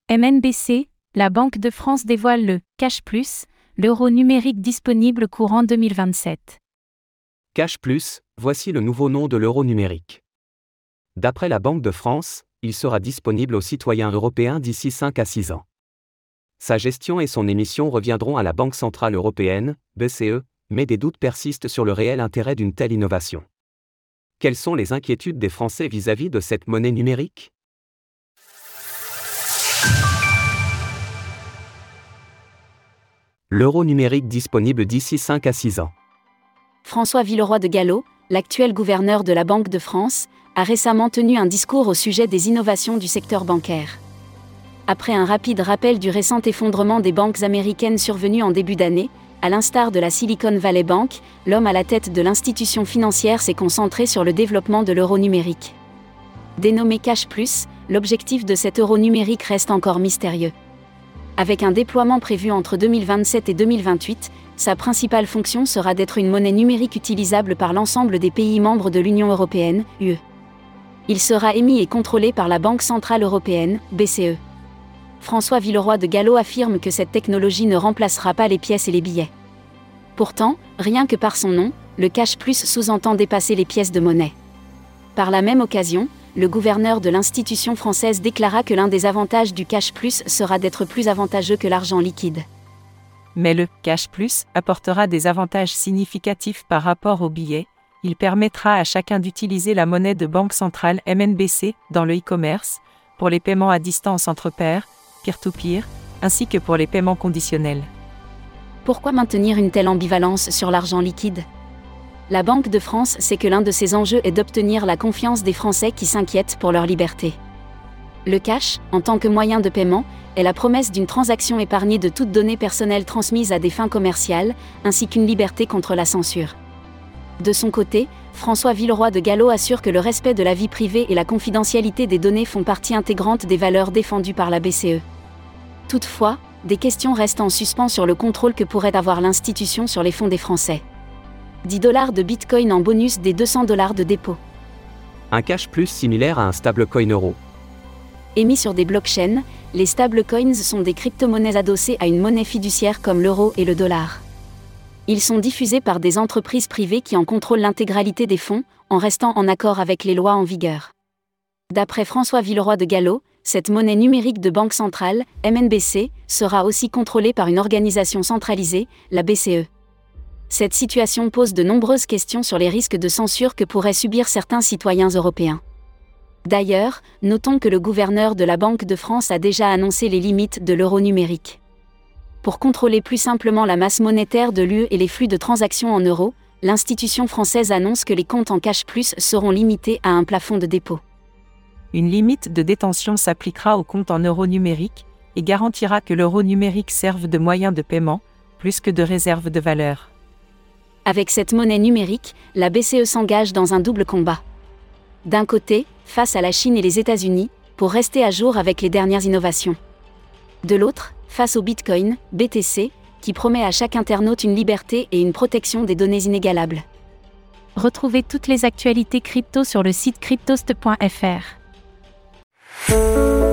MNBC, la Banque de France dévoile le « Cash Plus », l'euro numérique disponible courant 2027. Cash Plus, voici le nouveau nom de l'euro numérique. D'après la Banque de France, il sera disponible aux citoyens européens d'ici 5 à 6 ans. Sa gestion et son émission reviendront à la Banque centrale européenne, BCE, mais des doutes persistent sur le réel intérêt d'une telle innovation. Quelles sont les inquiétudes des Français vis-à-vis de cette monnaie numérique ? L'euro numérique disponible d'ici 5 à 6 ans. François Villeroy de Galhau, l'actuel gouverneur de la Banque de France, a récemment tenu un discours au sujet des innovations du secteur bancaire. Après un rapide rappel du récent effondrement des banques américaines survenu en début d'année, à l'instar de la Silicon Valley Bank, l'homme à la tête de l'institution financière s'est concentré sur le développement de l'euro numérique. Dénommé Cash Plus, l'objectif de cet euro numérique reste encore mystérieux. Avec un déploiement prévu entre 2027 et 2028, sa principale fonction sera d'être une monnaie numérique utilisable par l'ensemble des pays membres de l'Union européenne, UE. Il sera émis et contrôlé par la Banque centrale européenne, BCE. François Villeroy de Galhau affirme que cette technologie ne remplacera pas les pièces et les billets. Pourtant, rien que par son nom, le Cash Plus sous-entend dépasser les pièces de monnaie. Par la même occasion, le gouverneur de l'institution française déclara que l'un des avantages du Cash Plus sera d'être plus avantageux que l'argent liquide. Mais le Cash Plus apportera des avantages significatifs par rapport au billet. Il permettra à chacun d'utiliser la monnaie de banque centrale MNBC dans le e-commerce, pour les paiements à distance entre pairs, peer-to-peer, ainsi que pour les paiements conditionnels. Pourquoi maintenir une telle ambivalence sur l'argent liquide ? La Banque de France sait que l'un de ses enjeux est d'obtenir la confiance des Français qui s'inquiètent pour leur liberté. Le cash, en tant que moyen de paiement, est la promesse d'une transaction épargnée de toute donnée personnelle transmise à des fins commerciales, ainsi qu'une liberté contre la censure. De son côté, François Villeroy de Galhau assure que le respect de la vie privée et la confidentialité des données font partie intégrante des valeurs défendues par la BCE. Toutefois, des questions restent en suspens sur le contrôle que pourrait avoir l'institution sur les fonds des Français. $10 de Bitcoin en bonus des $200 de dépôt. Un Cash Plus similaire à un stablecoin euro. Émis sur des blockchains, les stablecoins sont des crypto-monnaies adossées à une monnaie fiduciaire comme l'euro et le dollar. Ils sont diffusés par des entreprises privées qui en contrôlent l'intégralité des fonds, en restant en accord avec les lois en vigueur. D'après François Villeroy de Galhau, cette monnaie numérique de banque centrale, MNBC, sera aussi contrôlée par une organisation centralisée, la BCE. Cette situation pose de nombreuses questions sur les risques de censure que pourraient subir certains citoyens européens. D'ailleurs, notons que le gouverneur de la Banque de France a déjà annoncé les limites de l'euro numérique. Pour contrôler plus simplement la masse monétaire de l'UE et les flux de transactions en euros, l'institution française annonce que les comptes en Cash Plus seront limités à un plafond de dépôt. Une limite de détention s'appliquera aux comptes en euros numériques et garantira que l'euro numérique serve de moyen de paiement, plus que de réserve de valeur. Avec cette monnaie numérique, la BCE s'engage dans un double combat. D'un côté, face à la Chine et les États-Unis, pour rester à jour avec les dernières innovations. De l'autre, face au Bitcoin, BTC, qui promet à chaque internaute une liberté et une protection des données inégalables. Retrouvez toutes les actualités crypto sur le site cryptost.fr.